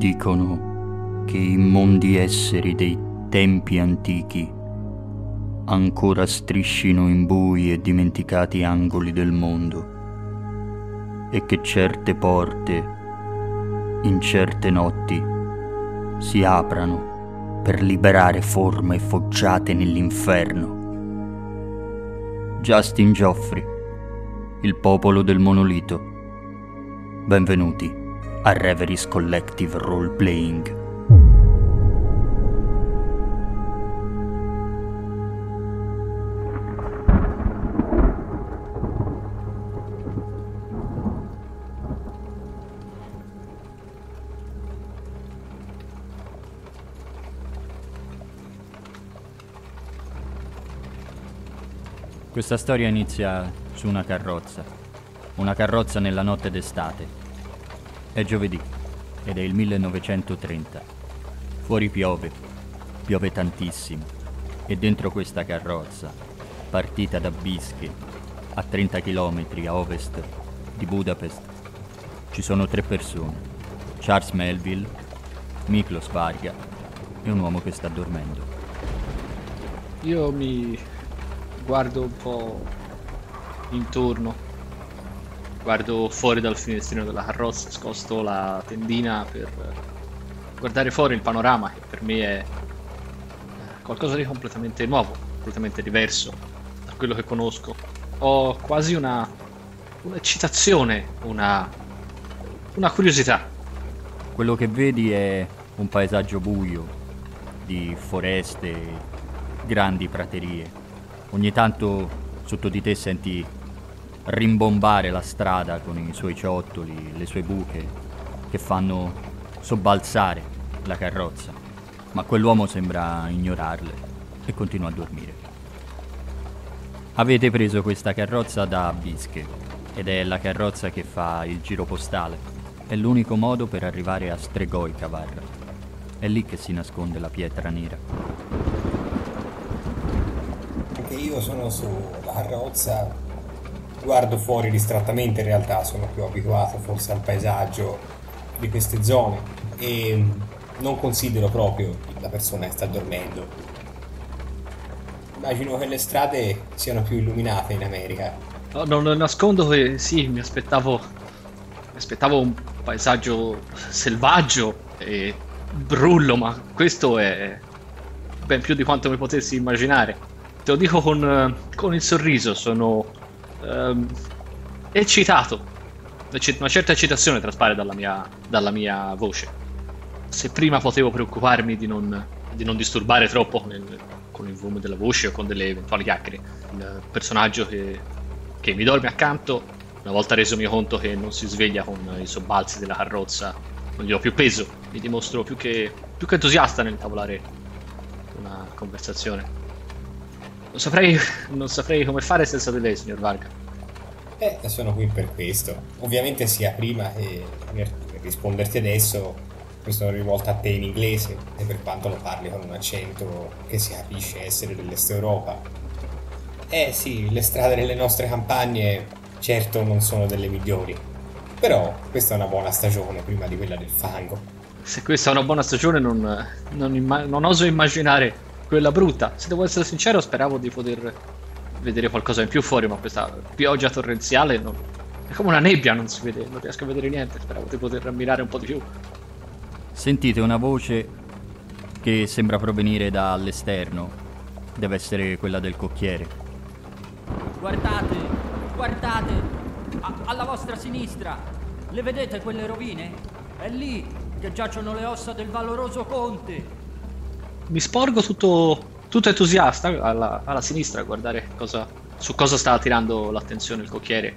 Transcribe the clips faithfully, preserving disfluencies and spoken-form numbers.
Dicono che immondi esseri dei tempi antichi ancora striscino in bui e dimenticati angoli del mondo e che certe porte, in certe notti, si aprano per liberare forme foggiate nell'inferno. Justin Geoffrey, il popolo del monolito. Benvenuti a Reveries Collective Role Playing. Questa storia inizia su una carrozza, una carrozza nella notte d'estate. È giovedì ed è il millenovecentotrenta. Fuori piove, piove tantissimo, e dentro questa carrozza, partita da Bische, a trenta chilometri a ovest di Budapest, ci sono tre persone: Charles Melville, Miklos Varga e un uomo che sta dormendo. Io mi guardo un po' intorno, guardo fuori dal finestrino della carrozza, sposto la tendina per guardare fuori il panorama, che per me è qualcosa di completamente nuovo, completamente diverso da quello che conosco. Ho quasi una un'eccitazione, una una curiosità. Quello che vedi è un paesaggio buio di foreste, grandi praterie. Ogni tanto sotto di te senti rimbombare la strada con i suoi ciottoli, le sue buche, che fanno sobbalzare la carrozza, ma quell'uomo sembra ignorarle e continua a dormire. Avete preso questa carrozza da Bische ed è la carrozza che fa il giro postale. È l'unico modo per arrivare a Stregojkavar. È lì che si nasconde la pietra nera. Io sono sulla carrozza, guardo fuori distrattamente, in realtà sono più abituato forse al paesaggio di queste zone e non considero proprio la persona che sta dormendo. Immagino che le strade siano più illuminate in America. No, non nascondo che sì, mi aspettavo mi aspettavo un paesaggio selvaggio e brullo, ma questo è ben più di quanto mi potessi immaginare. Te lo dico con, con il sorriso, sono um, eccitato. Una certa eccitazione traspare dalla mia, dalla mia voce. Se prima potevo preoccuparmi di non, di non disturbare troppo con il, con il volume della voce o con delle eventuali chiacchiere, il personaggio che, che mi dorme accanto, una volta resomi conto che non si sveglia con i sobbalzi della carrozza, non gli ho più peso, mi dimostro più che, più che entusiasta nel tavolare una conversazione. Non saprei, non saprei come fare senza di lei, signor Varga. Eh, sono qui per questo. Ovviamente sia prima che per risponderti adesso, mi sono rivolto a te in inglese, e per quanto lo parli con un accento che si capisce essere dell'Est Europa. Eh sì, le strade nelle nostre campagne certo non sono delle migliori, però questa è una buona stagione prima di quella del fango. Se questa è una buona stagione non, non, imma- non oso immaginare quella brutta. Se devo essere sincero, speravo di poter vedere qualcosa in più fuori, ma questa pioggia torrenziale non... è come una nebbia, non si vede, non riesco a vedere niente. Speravo di poter ammirare un po' di più. Sentite una voce che sembra provenire dall'esterno. Deve essere quella del cocchiere. Guardate, guardate, a- alla vostra sinistra. Le vedete quelle rovine? È lì che giacciono le ossa del valoroso conte. Mi sporgo tutto, tutto entusiasta alla, alla sinistra a guardare cosa, su cosa sta attirando l'attenzione il cocchiere.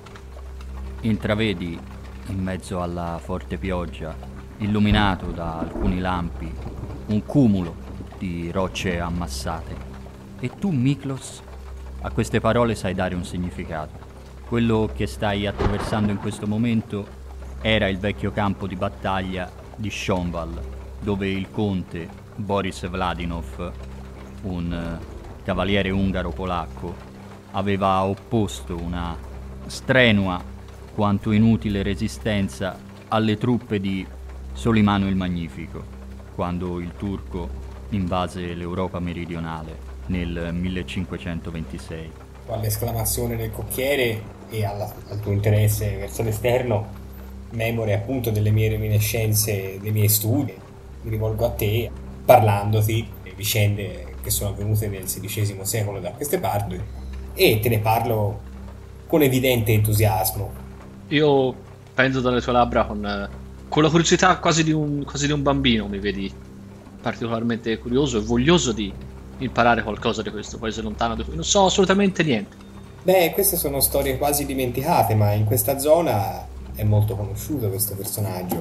Intravedi, in mezzo alla forte pioggia, illuminato da alcuni lampi, un cumulo di rocce ammassate. E tu, Miklos, a queste parole sai dare un significato. Quello che stai attraversando in questo momento era il vecchio campo di battaglia di Schonwall, dove il conte Boris Vladinov, un cavaliere ungaro-polacco, aveva opposto una strenua quanto inutile resistenza alle truppe di Solimano il Magnifico, quando il turco invase l'Europa meridionale nel millecinquecentoventisei. All'esclamazione del cocchiere e alla, al tuo interesse verso l'esterno, memore appunto delle mie reminiscenze, dei miei studi, mi rivolgo a te parlandoti di vicende che sono avvenute nel sedicesimo secolo da queste parti, e te ne parlo con evidente entusiasmo. Io prendo dalle tue labbra con, con la curiosità quasi di, un, quasi di un bambino, mi vedi particolarmente curioso e voglioso di imparare qualcosa di questo paese lontano di cui non so assolutamente niente. Beh, queste sono storie quasi dimenticate, ma in questa zona è molto conosciuto questo personaggio.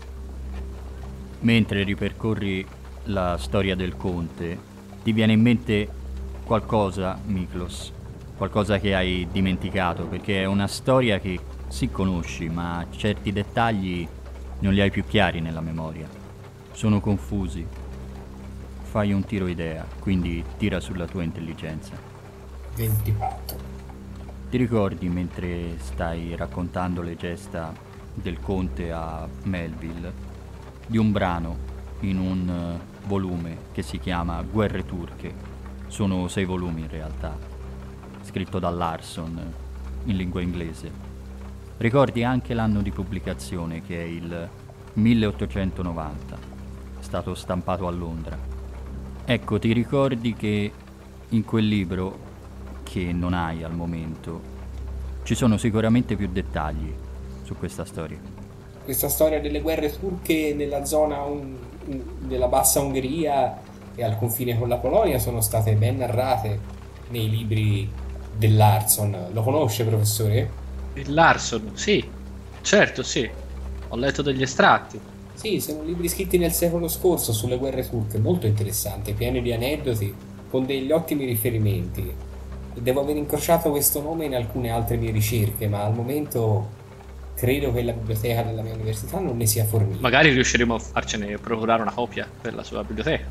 Mentre ripercorri la storia del conte, ti viene in mente qualcosa, Miklos, qualcosa che hai dimenticato, perché è una storia che sì conosci, ma certi dettagli non li hai più chiari nella memoria. Sono confusi. Fai un tiro idea, quindi tira sulla tua intelligenza. ventiquattro. Ti ricordi, mentre stai raccontando le gesta del conte a Melville, di un brano in un uh, volume che si chiama Guerre turche? Sono sei volumi in realtà, scritto da Larson in lingua inglese. Ricordi anche l'anno di pubblicazione, che è il milleottocentonovanta, è stato stampato a Londra. Ecco, ti ricordi che in quel libro, che non hai al momento, ci sono sicuramente più dettagli su questa storia. Questa storia delle guerre turche nella zona un, un, della Bassa Ungheria e al confine con la Polonia sono state ben narrate nei libri del Larson. Lo conosce, professore? Il Larson, sì, certo, sì. Ho letto degli estratti. Sì, sono libri scritti nel secolo scorso sulle guerre turche, molto interessanti, pieni di aneddoti, con degli ottimi riferimenti. Devo aver incrociato questo nome in alcune altre mie ricerche, ma al momento credo che la biblioteca della mia università non ne sia fornita. Magari riusciremo a farcene procurare una copia per la sua biblioteca.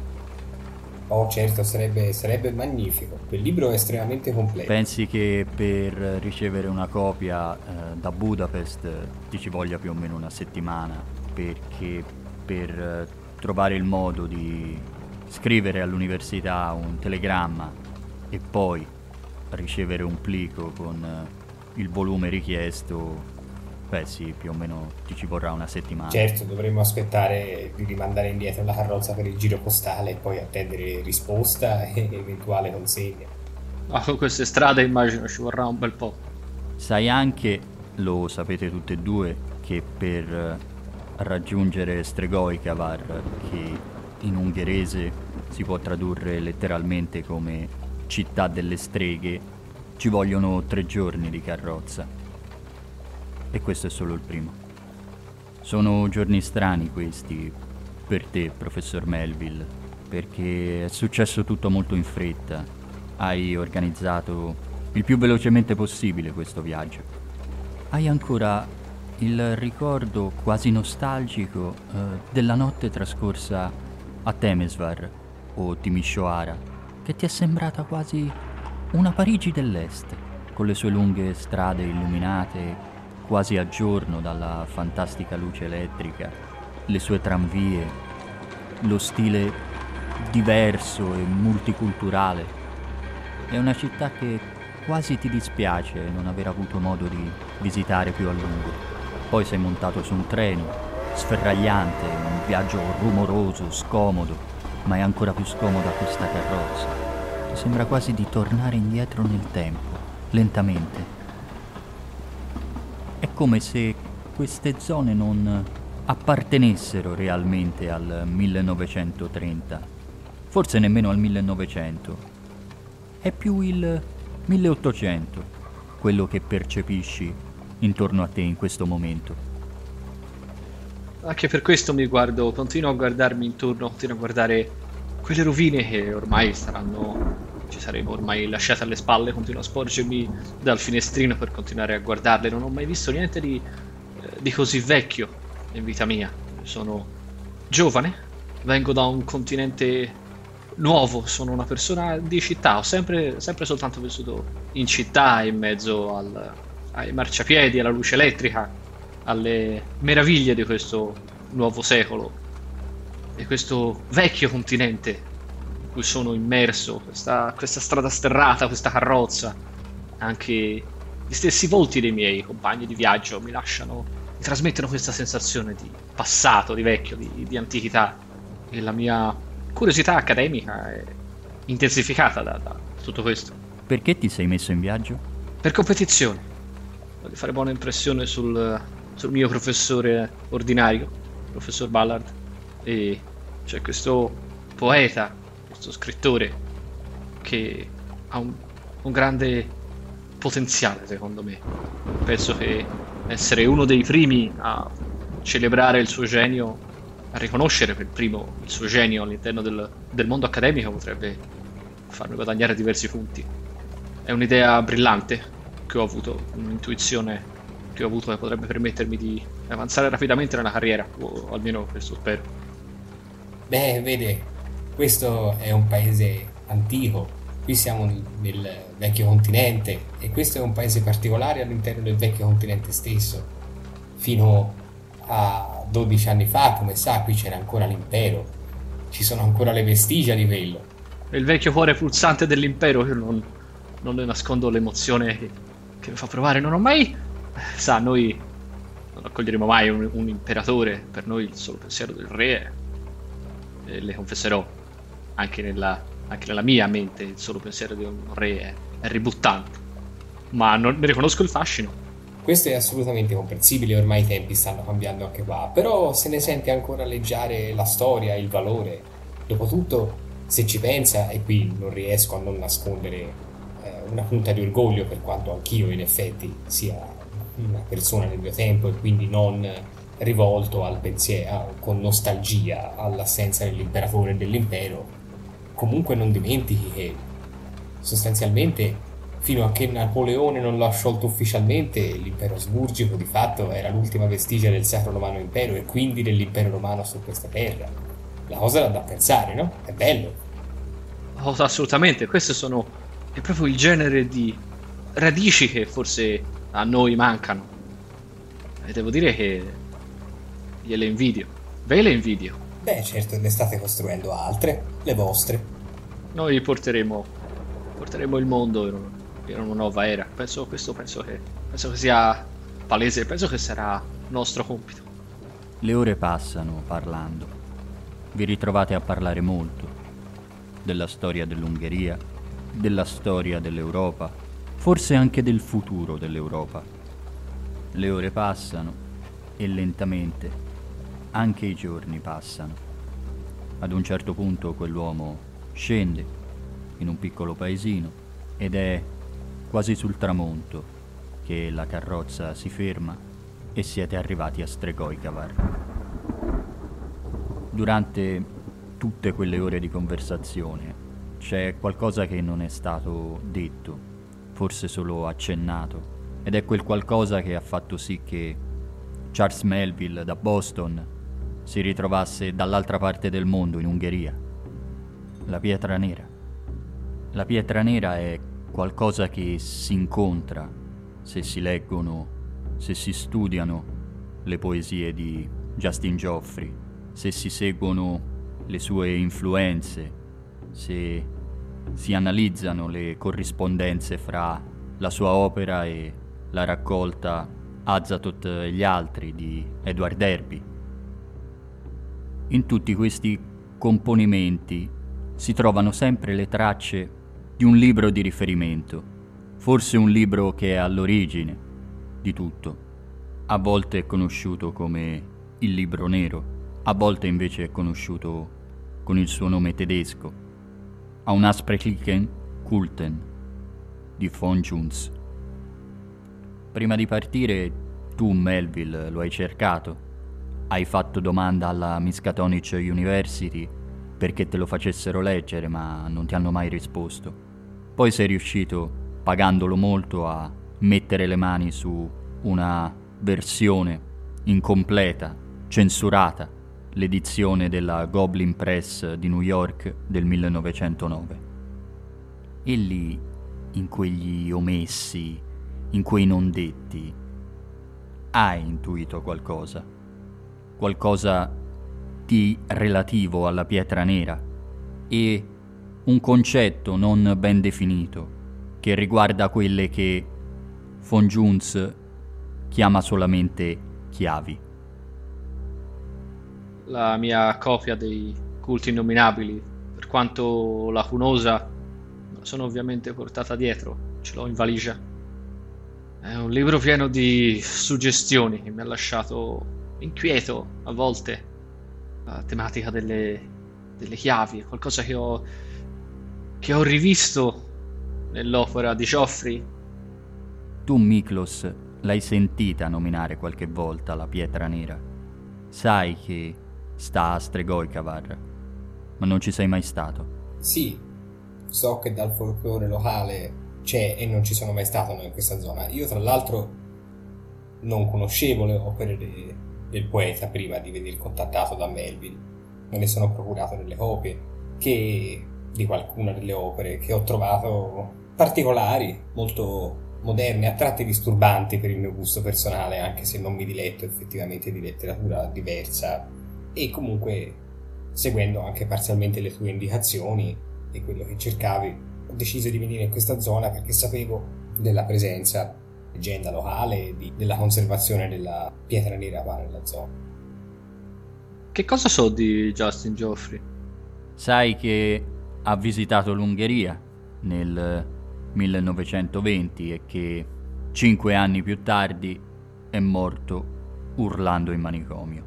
Oh, certo, sarebbe, sarebbe magnifico. Quel libro è estremamente completo. Pensi che per ricevere una copia eh, da Budapest ti ci voglia più o meno una settimana? Perché per eh, trovare il modo di scrivere all'università un telegramma e poi ricevere un plico con eh, il volume richiesto, beh sì, più o meno ti ci vorrà una settimana. Certo, dovremmo aspettare di rimandare indietro la carrozza per il giro postale e poi attendere risposta e eventuale consegna. Ma con queste strade immagino ci vorrà un bel po'. Sai anche, lo sapete tutte e due, che per eh, raggiungere Stregoicavar, che in ungherese si può tradurre letteralmente come città delle streghe, ci vogliono tre giorni di carrozza. E questo è solo il primo. Sono giorni strani questi per te, professor Melville, perché è successo tutto molto in fretta. Hai organizzato il più velocemente possibile questo viaggio. Hai ancora il ricordo quasi nostalgico eh, della notte trascorsa a Temesvar o Timișoara, che ti è sembrata quasi una Parigi dell'Est, con le sue lunghe strade illuminate quasi a giorno dalla fantastica luce elettrica, le sue tranvie, lo stile diverso e multiculturale. È una città che quasi ti dispiace non aver avuto modo di visitare più a lungo. Poi sei montato su un treno, sferragliante, un viaggio rumoroso, scomodo, ma è ancora più scomoda questa carrozza. Ti sembra quasi di tornare indietro nel tempo, lentamente. È come se queste zone non appartenessero realmente al millenovecentotrenta, forse nemmeno al millenovecento. È più il milleottocento quello che percepisci intorno a te in questo momento. Anche per questo mi guardo, continuo a guardarmi intorno, continuo a guardare quelle rovine che ormai saranno, ci saremo ormai lasciate alle spalle, continuo a sporgermi dal finestrino per continuare a guardarle. Non ho mai visto niente di, eh, di così vecchio in vita mia. Sono giovane, vengo da un continente nuovo, sono una persona di città, ho sempre, sempre soltanto vissuto in città, in mezzo al, ai marciapiedi, alla luce elettrica, alle meraviglie di questo nuovo secolo e questo vecchio continente in cui sono immerso, questa, questa strada sterrata, questa carrozza, anche gli stessi volti dei miei compagni di viaggio mi lasciano, mi trasmettono questa sensazione di passato, di vecchio, di, di antichità, e la mia curiosità accademica è intensificata da, da tutto questo. Perché ti sei messo in viaggio? Per competizione. Voglio fare buona impressione sul, sul mio professore ordinario, il professor Ballard, e c'è questo poeta, questo scrittore che ha un, un grande potenziale, secondo me. Penso che essere uno dei primi a celebrare il suo genio, a riconoscere per primo il suo genio all'interno del, del mondo accademico, potrebbe farmi guadagnare diversi punti. È un'idea brillante che ho avuto, un'intuizione che ho avuto che potrebbe permettermi di avanzare rapidamente nella carriera, o almeno questo spero. Beh, vede, questo è un paese antico, qui siamo nel vecchio continente e questo è un paese particolare all'interno del vecchio continente stesso. Fino a dodici anni fa, come sa, qui c'era ancora l'impero, ci sono ancora le vestigia di quello. Il vecchio cuore pulsante dell'impero, io non, non le nascondo l'emozione che, che mi fa provare. Non ho mai, sa, noi non accoglieremo mai un, un imperatore, per noi il solo pensiero del re è, e le confesserò, anche nella, anche nella mia mente il solo pensiero di un re è, è ributtante, ma non ne riconosco il fascino. Questo è assolutamente comprensibile, ormai i tempi stanno cambiando anche qua, però se ne sente ancora leggiare la storia, il valore. Dopotutto, se ci pensa, e qui non riesco a non nascondere eh, una punta di orgoglio, per quanto anch'io in effetti sia una persona del mio tempo e quindi non rivolto al pensiero con nostalgia all'assenza dell'imperatore e dell'impero, comunque non dimentichi che sostanzialmente fino a che Napoleone non l'ha sciolto ufficialmente, l'impero asburgico di fatto era l'ultima vestigia del Sacro Romano Impero e quindi dell'impero romano su questa terra. La cosa da pensare, no? È bello. Oh, assolutamente, queste sono è proprio il genere di radici che forse a noi mancano. E devo dire che gliele invidio. Ve le invidio. Beh, certo, ne state costruendo altre, le vostre. Noi porteremo porteremo il mondo in, un, in una nuova era. Penso questo penso che penso che sia palese, penso che sarà nostro compito. Le ore passano parlando. Vi ritrovate a parlare molto della storia dell'Ungheria, della storia dell'Europa, forse anche del futuro dell'Europa. Le ore passano e lentamente anche i giorni passano. Ad un certo punto quell'uomo scende in un piccolo paesino ed è quasi sul tramonto che la carrozza si ferma e siete arrivati a Stregojkavar. Durante tutte quelle ore di conversazione c'è qualcosa che non è stato detto, forse solo accennato, ed è quel qualcosa che ha fatto sì che Charles Melville da Boston si ritrovasse dall'altra parte del mondo, in Ungheria. La pietra nera. La pietra nera è qualcosa che si incontra se si leggono, se si studiano le poesie di Justin Geoffrey, se si seguono le sue influenze, se si analizzano le corrispondenze fra la sua opera e la raccolta Azathoth e gli altri di Edward Derby. In tutti questi componimenti si trovano sempre le tracce di un libro di riferimento, forse un libro che è all'origine di tutto. A volte è conosciuto come il Libro Nero, a volte invece è conosciuto con il suo nome tedesco, Aunaspreclichen Kulten di von Junz. Prima di partire, tu, Melville, lo hai cercato. Hai fatto domanda alla Miskatonic University perché te lo facessero leggere, ma non ti hanno mai risposto. Poi sei riuscito, pagandolo molto, a mettere le mani su una versione incompleta, censurata, l'edizione della Goblin Press di New York del millenovecentonove. E lì, in quegli omessi, in quei non detti, hai intuito qualcosa. qualcosa di relativo alla pietra nera e un concetto non ben definito che riguarda quelle che von Juntz chiama solamente chiavi. La mia copia dei culti innominabili, per quanto lacunosa, sono ovviamente portata dietro, ce l'ho in valigia. È un libro pieno di suggestioni che mi ha lasciato inquieto a volte. La tematica delle, delle chiavi, qualcosa che ho, che ho rivisto nell'opera di Geoffrey. Tu, Miklos, l'hai sentita nominare qualche volta la pietra nera. Sai che sta a Stregoicavar, ma non ci sei mai stato. Sì, so che dal folklore locale c'è e non ci sono mai stato in questa zona. Io tra l'altro non conoscevo le opere de, del poeta prima di venire contattato da Melville. Me ne sono procurato delle copie che, di qualcuna delle opere che ho trovato particolari, molto moderne, a tratti disturbanti per il mio gusto personale, anche se non mi diletto effettivamente di letteratura diversa, e comunque seguendo anche parzialmente le tue indicazioni e quello che cercavi, ho deciso di venire in questa zona perché sapevo della presenza, leggenda locale, di, della conservazione della pietra nera qua nella zona. Che cosa so di Justin Geoffrey? Sai che ha visitato l'Ungheria nel millenovecentoventi e che cinque anni più tardi è morto urlando in manicomio.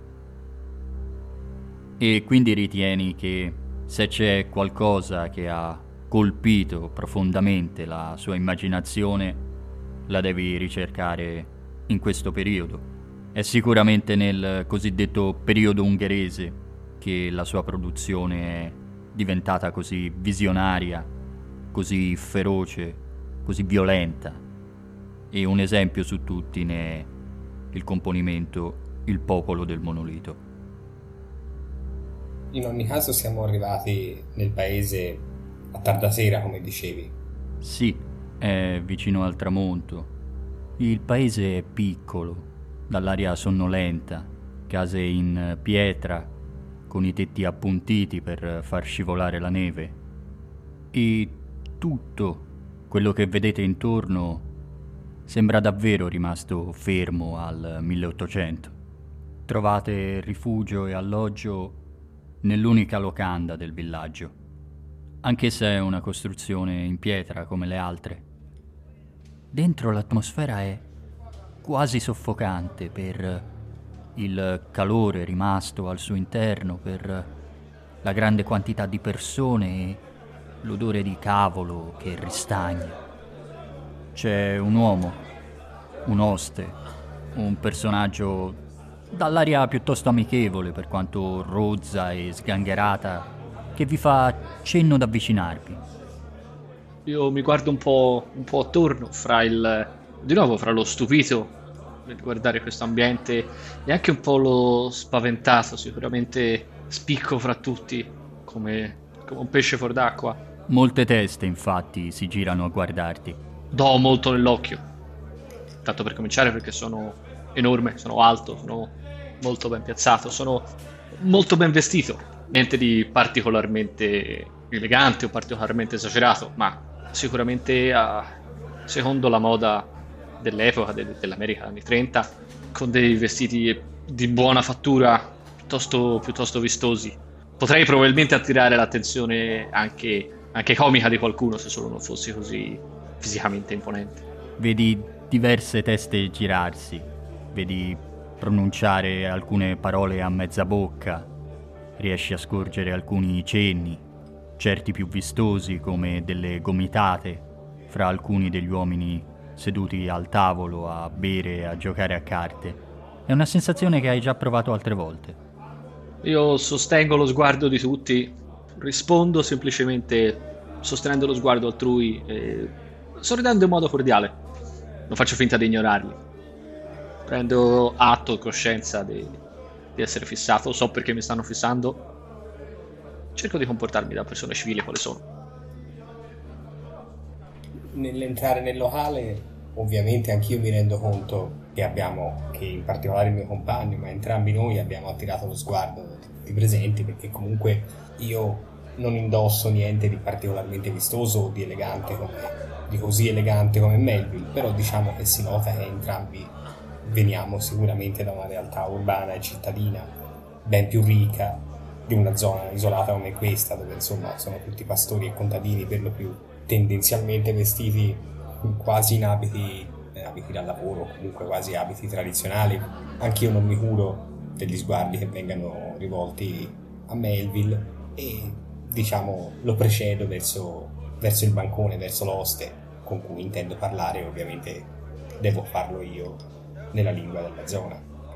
E quindi ritieni che se c'è qualcosa che ha colpito profondamente la sua immaginazione, la devi ricercare in questo periodo. È sicuramente nel cosiddetto periodo ungherese che la sua produzione è diventata così visionaria, così feroce, così violenta. E un esempio su tutti ne è il componimento Il popolo del monolito. In ogni caso siamo arrivati nel paese a tarda sera, come dicevi. Sì, è vicino al tramonto. Il paese è piccolo, dall'aria sonnolenta, case in pietra, con i tetti appuntiti per far scivolare la neve. E tutto quello che vedete intorno sembra davvero rimasto fermo al milleottocento. Trovate rifugio e alloggio nell'unica locanda del villaggio, anche se è una costruzione in pietra come le altre. Dentro l'atmosfera è quasi soffocante per il calore rimasto al suo interno, per la grande quantità di persone e l'odore di cavolo che ristagna. C'è un uomo, un oste, un personaggio dall'aria piuttosto amichevole per quanto rozza e sgangherata, che vi fa cenno d'avvicinarvi. Io mi guardo un po', un po' attorno, fra il, di nuovo fra lo stupito nel guardare questo ambiente e anche un po' lo spaventato, sicuramente spicco fra tutti, come, come un pesce fuor d'acqua. Molte teste, infatti, si girano a guardarti. Do molto nell'occhio, tanto per cominciare perché sono enorme, sono alto, sono molto ben piazzato, sono molto ben vestito, niente di particolarmente elegante o particolarmente esagerato, ma sicuramente a, secondo la moda dell'epoca, de, dell'America anni trenta, con dei vestiti di buona fattura piuttosto, piuttosto vistosi. Potrei probabilmente attirare l'attenzione anche, anche comica di qualcuno se solo non fossi così fisicamente imponente. Vedi diverse teste girarsi, vedi pronunciare alcune parole a mezza bocca, riesci a scorgere alcuni cenni, certi più vistosi come delle gomitate fra alcuni degli uomini seduti al tavolo a bere e a giocare a carte. È una sensazione che hai già provato altre volte. Io sostengo lo sguardo di tutti, rispondo semplicemente sostenendo lo sguardo altrui e sorridendo in modo cordiale. Non faccio finta di ignorarli. Prendo atto e coscienza di, di essere fissato, so perché mi stanno fissando. Cerco di comportarmi da persona civile quale sono. Nell'entrare nel locale ovviamente anch'io mi rendo conto che abbiamo, che in particolare il mio compagno, ma entrambi noi abbiamo attirato lo sguardo di tutti i presenti, perché comunque io non indosso niente di particolarmente vistoso o di elegante come, di così elegante come Melville, però diciamo che si nota che entrambi veniamo sicuramente da una realtà urbana e cittadina ben più ricca di una zona isolata come questa, dove insomma sono tutti pastori e contadini, per lo più tendenzialmente vestiti quasi in abiti, eh, abiti da lavoro, comunque quasi abiti tradizionali. Anch'io non mi curo degli sguardi che vengano rivolti a Melville e diciamo lo precedo verso, verso il bancone, verso l'oste con cui intendo parlare. Ovviamente devo farlo io nella lingua della zona.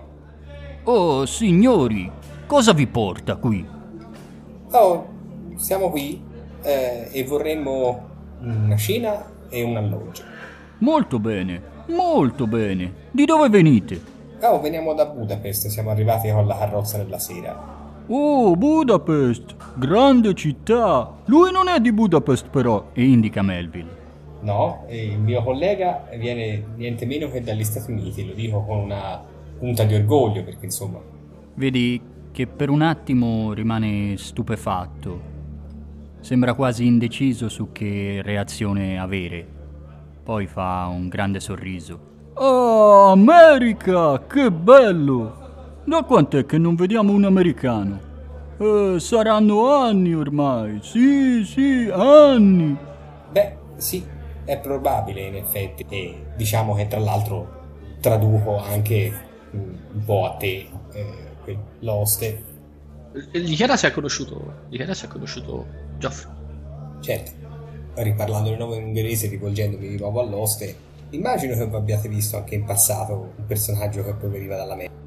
Oh, signori, cosa vi porta qui? Oh, siamo qui eh, e vorremmo una cena e un alloggio. Molto bene, molto bene. Di dove venite? Oh, veniamo da Budapest, siamo arrivati con la carrozza della sera. Oh, Budapest, grande città. Lui non è di Budapest però, e indica Melville. No, e il mio collega viene niente meno che dagli Stati Uniti, lo dico con una punta di orgoglio, perché insomma... Vedi che per un attimo rimane stupefatto. Sembra quasi indeciso su che reazione avere. Poi fa un grande sorriso. Ah, America, che bello! Da quant'è che non vediamo un americano? Eh, saranno anni ormai, sì, sì, anni. Beh, sì, è probabile in effetti, e diciamo che tra l'altro traduco anche un po' a te eh, l'oste. Di che era si è conosciuto? Di che era si è conosciuto Geoffrey? Certo, riparlando di nuovo in ungherese, rivolgendomi di nuovo all'oste, immagino che vi abbiate visto anche in passato un personaggio che proveniva dall'America.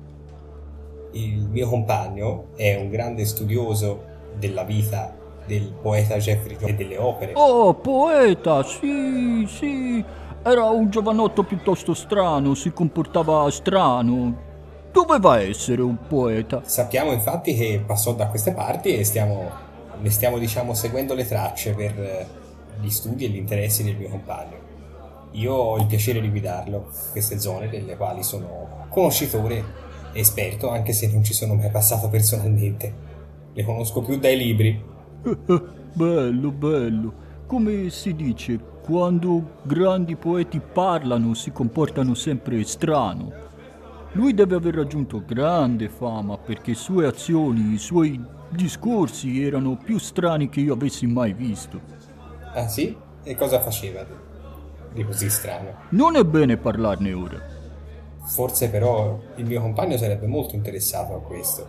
Il mio compagno è un grande studioso della vita del poeta Geoffrey e delle opere. Oh, poeta, sì, sì. Era un giovanotto piuttosto strano, si comportava strano. Doveva essere un poeta. Sappiamo infatti che passò da queste parti e stiamo, ne stiamo diciamo seguendo le tracce per gli studi e gli interessi del mio compagno. Io ho il piacere di guidarlo in queste zone delle quali sono conoscitore, esperto, anche se non ci sono mai passato personalmente. Le conosco più dai libri. Bello, bello. Come si dice, quando grandi poeti parlano si comportano sempre strano. Lui deve aver raggiunto grande fama perché sue azioni, i suoi discorsi erano più strani che io avessi mai visto. Ah sì? E cosa faceva di così strano? Non è bene parlarne ora. Forse però il mio compagno sarebbe molto interessato a questo.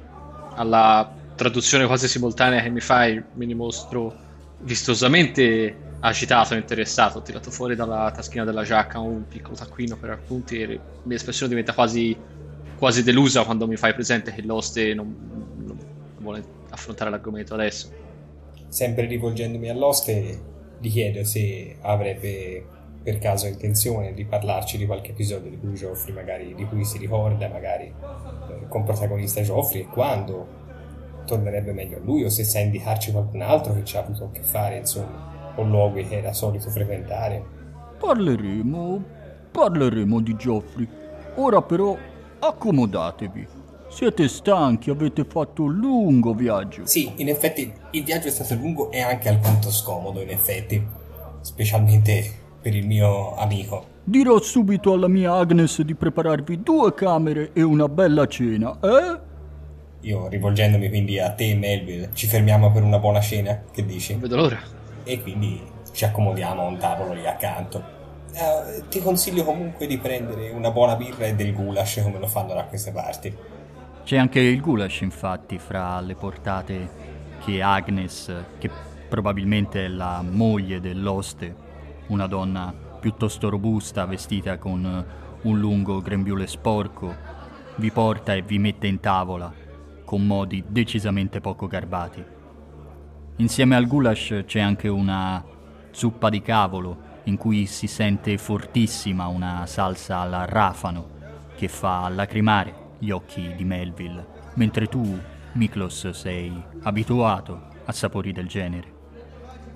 Alla traduzione quasi simultanea che mi fai, mi dimostro vistosamente agitato e interessato. Ho tirato fuori dalla taschina della giacca un piccolo taccuino per appunti e la mia espressione diventa quasi, quasi delusa quando mi fai presente che l'oste non, non vuole affrontare l'argomento adesso. Sempre rivolgendomi all'oste, gli chiedo se avrebbe per caso intenzione di parlarci di qualche episodio di cui Geoffrey magari di cui si ricorda, magari eh, con protagonista Geoffrey, e quando tornerebbe meglio a lui, o se sa indicarci qualcun altro che ci ha avuto a che fare, insomma, con luoghi che era solito frequentare. Parleremo, parleremo di Geoffrey. Ora però accomodatevi. Siete stanchi, avete fatto un lungo viaggio. Sì, in effetti il viaggio è stato lungo e anche alquanto scomodo, in effetti, specialmente per il mio amico. Dirò subito alla mia Agnes di prepararvi due camere e una bella cena, eh? Io, rivolgendomi quindi a te, Melville, ci fermiamo per una buona cena, che dici? Non vedo l'ora. E quindi ci accomodiamo a un tavolo lì accanto. Eh, ti consiglio comunque di prendere una buona birra e del goulash come lo fanno da queste parti. C'è anche il goulash, infatti, fra le portate che Agnes, che probabilmente è la moglie dell'oste, una donna piuttosto robusta, vestita con un lungo grembiule sporco, vi porta e vi mette in tavola, con modi decisamente poco garbati. Insieme al goulash c'è anche una zuppa di cavolo, in cui si sente fortissima una salsa al rafano, che fa lacrimare gli occhi di Melville, mentre tu, Miklos, sei abituato a sapori del genere.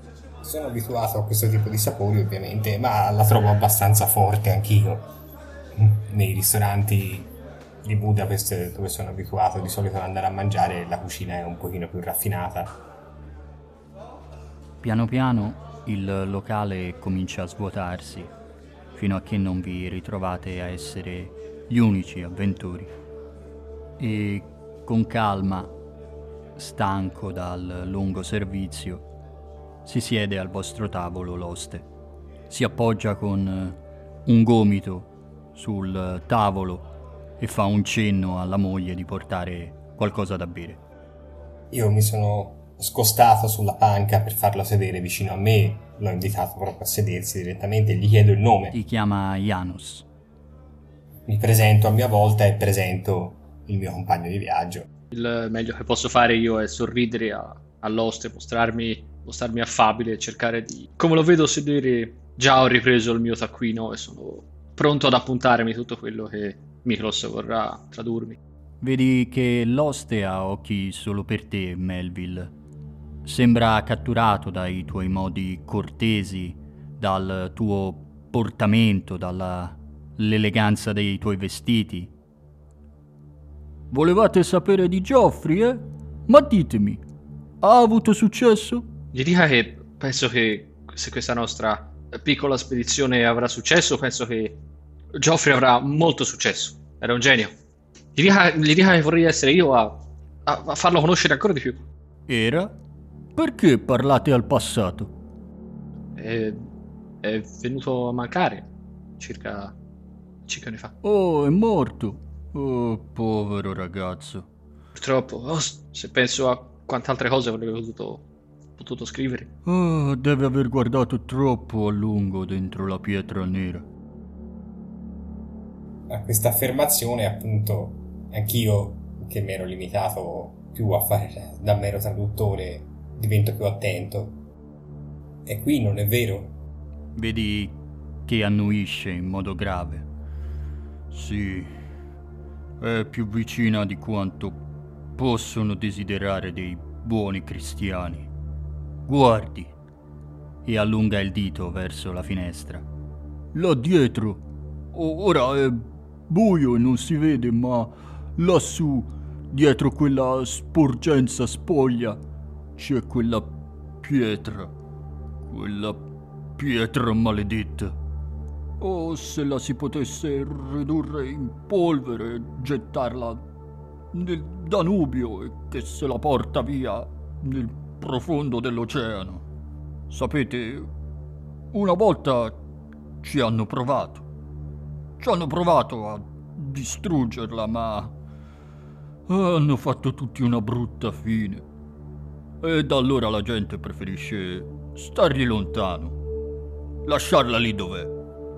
sono abituato a questo tipo di sapori ovviamente, ma la trovo abbastanza forte anch'io. Nei ristoranti di Budapest dove sono abituato di solito ad andare a mangiare, la cucina è un pochino più raffinata. Piano piano il locale comincia a svuotarsi, fino a che non vi ritrovate a essere gli unici avventori. E con calma, stanco dal lungo servizio, si siede al vostro tavolo l'oste. Si appoggia con un gomito sul tavolo e fa un cenno alla moglie di portare qualcosa da bere. Io mi sono scostato sulla panca per farlo sedere vicino a me, l'ho invitato proprio a sedersi direttamente e gli chiedo il nome. Ti chiama Janos. Mi presento a mia volta e presento il mio compagno di viaggio. Il meglio che posso fare io è sorridere a, all'oste, mostrarmi, mostrarmi affabile e cercare di... Come lo vedo sedere, già ho ripreso il mio taccuino e sono pronto ad appuntarmi tutto quello che Miklos vorrà tradurmi. Vedi che l'oste ha occhi solo per te, Melville. Sembra catturato dai tuoi modi cortesi, dal tuo portamento, dall'eleganza dei tuoi vestiti. Volevate sapere di Geoffrey, eh? Ma ditemi, ha avuto successo? Gli dica che penso che se questa nostra piccola spedizione avrà successo, penso che Geoffrey avrà molto successo. Era un genio. Gli dica, gli dica che vorrei essere io a, a, a farlo conoscere ancora di più. Era? Perché parlate al passato? È, è venuto a mancare circa cinque anni fa. Oh, è morto. Oh, povero ragazzo. Purtroppo, oh, se penso a quante altre cose avrei potuto, potuto scrivere. Oh, deve aver guardato troppo a lungo dentro la pietra nera. A questa affermazione, appunto, anch'io, che mi ero limitato più a fare da mero traduttore, divento più attento. E qui non è vero? Vedi che annuisce in modo grave. Sì, è più vicina di quanto possono desiderare dei buoni cristiani. Guardi, e allunga il dito verso la finestra. Là dietro, ora è buio e non si vede, ma lassù, dietro quella sporgenza spoglia, c'è quella pietra, quella pietra maledetta. Oh, se la si potesse ridurre in polvere e gettarla nel Danubio e che se la porta via nel profondo dell'oceano. Sapete, una volta ci hanno provato. Ci hanno provato a distruggerla, ma hanno fatto tutti una brutta fine. E da allora la gente preferisce stargli lontano, lasciarla lì dov'è.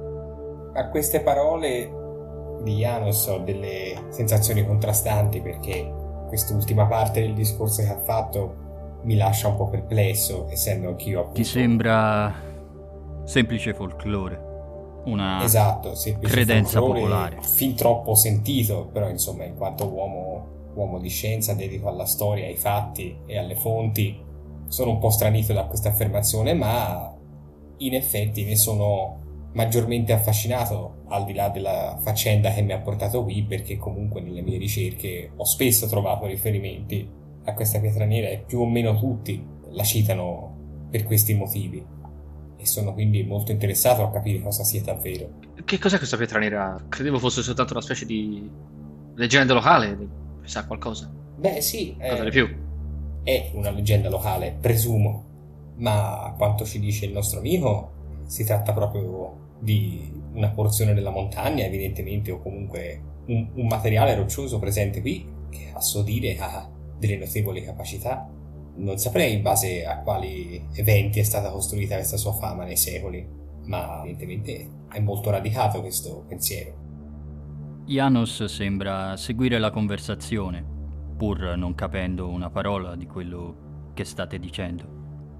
A queste parole di Janos ho delle sensazioni contrastanti, perché quest'ultima parte del discorso che ha fatto mi lascia un po' perplesso, essendo anch'io appunto... Ti sembra semplice folklore, una esatto, semplice credenza folklore, popolare. fin troppo sentito, però insomma in quanto uomo, uomo di scienza dedico alla storia, ai fatti e alle fonti, sono un po' stranito da questa affermazione, ma in effetti ne sono maggiormente affascinato, al di là della faccenda che mi ha portato qui, perché comunque nelle mie ricerche ho spesso trovato riferimenti a questa pietra nera e più o meno tutti la citano per questi motivi, e sono quindi molto interessato a capire cosa sia davvero. Che cos'è questa pietra nera? Credevo fosse soltanto una specie di leggenda locale, mi sa qualcosa. Beh sì, Cosa è, di più? è una leggenda locale, presumo, ma a quanto ci dice il nostro amico si tratta proprio di una porzione della montagna, evidentemente, o comunque un, un materiale roccioso presente qui, che a suo dire ha delle notevoli capacità. Non saprei in base a quali eventi è stata costruita questa sua fama nei secoli, ma evidentemente è molto radicato questo pensiero. Janos sembra seguire la conversazione, pur non capendo una parola di quello che state dicendo.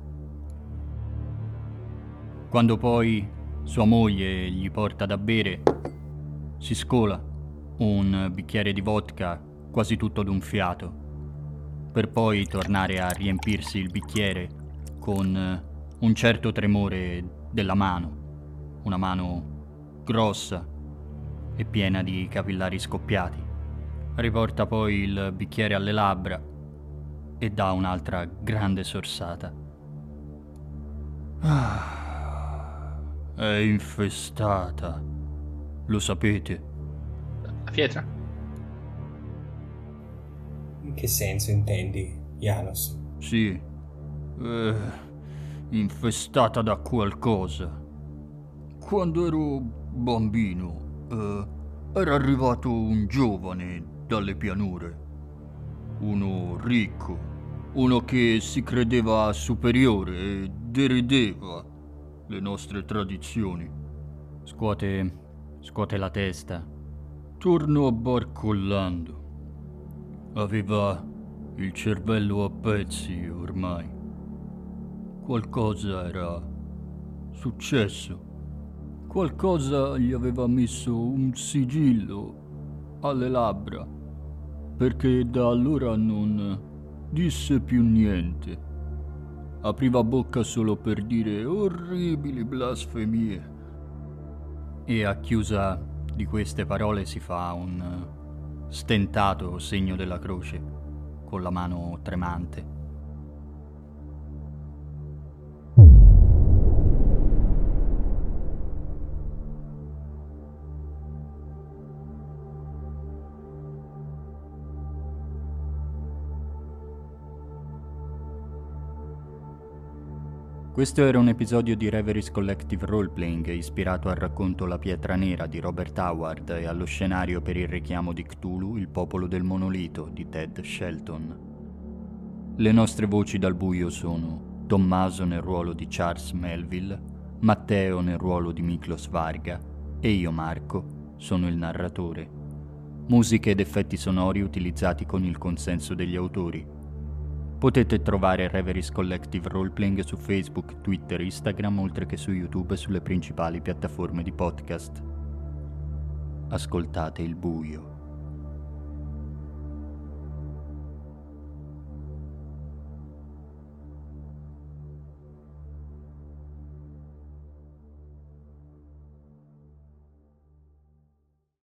Quando poi sua moglie gli porta da bere, si scola un bicchiere di vodka quasi tutto d'un fiato, per poi tornare a riempirsi il bicchiere con un certo tremore della mano, una mano grossa e piena di capillari scoppiati. Riporta poi il bicchiere alle labbra e dà un'altra grande sorsata. Ah, è infestata, lo sapete? La pietra? In che senso intendi, Janos? Sì, eh, infestata da qualcosa. Quando ero bambino, eh, era arrivato un giovane dalle pianure. Uno ricco, uno che si credeva superiore e derideva le nostre tradizioni. Scuote, scuote la testa. Tornò barcollando. Aveva il cervello a pezzi ormai. Qualcosa era successo. Qualcosa gli aveva messo un sigillo alle labbra, perché da allora non disse più niente. Apriva bocca solo per dire orribili blasfemie. E a chiusa di queste parole si fa un stentato segno della croce con la mano tremante. Questo era un episodio di Reveries Collective Roleplaying ispirato al racconto La pietra nera di Robert Howard e allo scenario per il richiamo di Cthulhu, il popolo del monolito di Ted Shelton. Le nostre voci dal buio sono Tommaso nel ruolo di Charles Melville, Matteo nel ruolo di Miklos Varga e io, Marco, sono il narratore. Musiche ed effetti sonori utilizzati con il consenso degli autori. Potete trovare Reveries Collective Roleplaying su Facebook, Twitter, Instagram, oltre che su YouTube e sulle principali piattaforme di podcast. Ascoltate il buio.